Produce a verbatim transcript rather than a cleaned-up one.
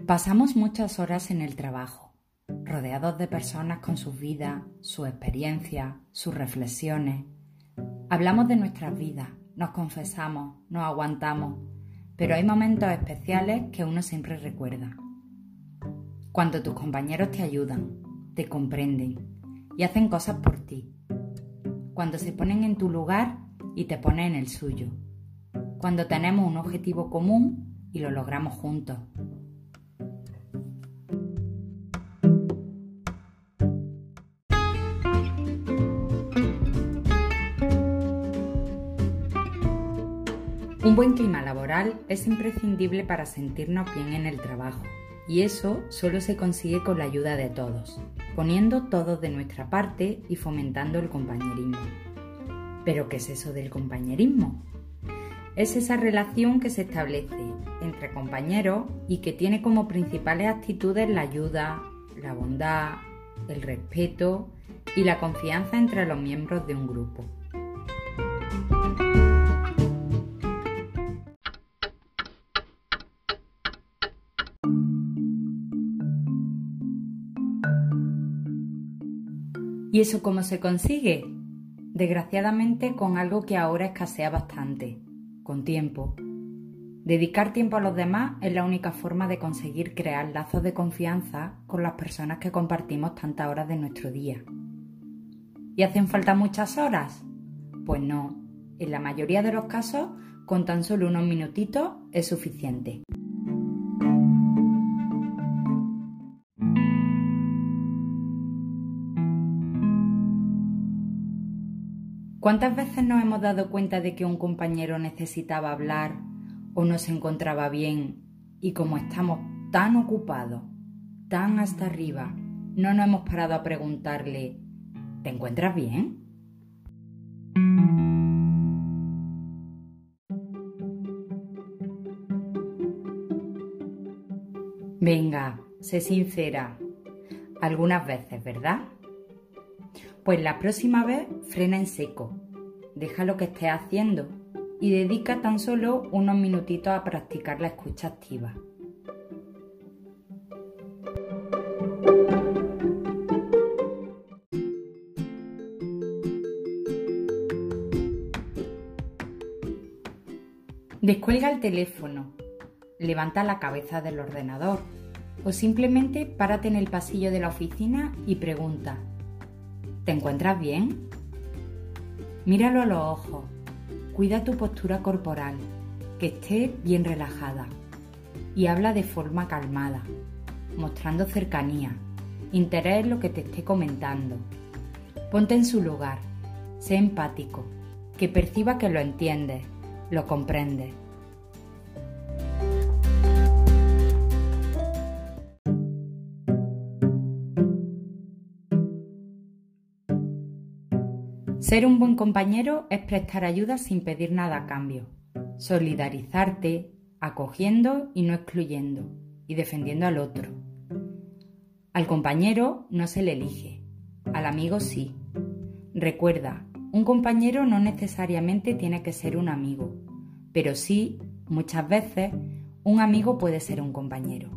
Pasamos muchas horas en el trabajo, rodeados de personas con sus vidas, sus experiencias, sus reflexiones. Hablamos de nuestras vidas, nos confesamos, nos aguantamos, pero hay momentos especiales que uno siempre recuerda. Cuando tus compañeros te ayudan, te comprenden y hacen cosas por ti. Cuando se ponen en tu lugar y te pones en el suyo. Cuando tenemos un objetivo común y lo logramos juntos. Un buen clima laboral es imprescindible para sentirnos bien en el trabajo, y eso solo se consigue con la ayuda de todos, poniendo todos de nuestra parte y fomentando el compañerismo. ¿Pero qué es eso del compañerismo? Es esa relación que se establece entre compañeros y que tiene como principales actitudes la ayuda, la bondad, el respeto y la confianza entre los miembros de un grupo. ¿Y eso cómo se consigue? Desgraciadamente con algo que ahora escasea bastante, con tiempo. Dedicar tiempo a los demás es la única forma de conseguir crear lazos de confianza con las personas que compartimos tantas horas de nuestro día. ¿Y hacen falta muchas horas? Pues no, en la mayoría de los casos con tan solo unos minutitos es suficiente. ¿Cuántas veces nos hemos dado cuenta de que un compañero necesitaba hablar o no se encontraba bien y como estamos tan ocupados, tan hasta arriba, no nos hemos parado a preguntarle ¿te encuentras bien? Venga, sé sincera. Algunas veces, ¿verdad? Pues la próxima vez frena en seco, deja lo que estés haciendo y dedica tan solo unos minutitos a practicar la escucha activa. Descuelga el teléfono, levanta la cabeza del ordenador o simplemente párate en el pasillo de la oficina y pregunta ¿te encuentras bien? Míralo a los ojos, cuida tu postura corporal, que esté bien relajada y habla de forma calmada, mostrando cercanía, interés en lo que te esté comentando. Ponte en su lugar, sé empático, que perciba que lo entiendes, lo comprendes. Ser un buen compañero es prestar ayuda sin pedir nada a cambio, solidarizarte, acogiendo y no excluyendo, y defendiendo al otro. Al compañero no se le elige, al amigo sí. Recuerda, un compañero no necesariamente tiene que ser un amigo, pero sí, muchas veces, un amigo puede ser un compañero.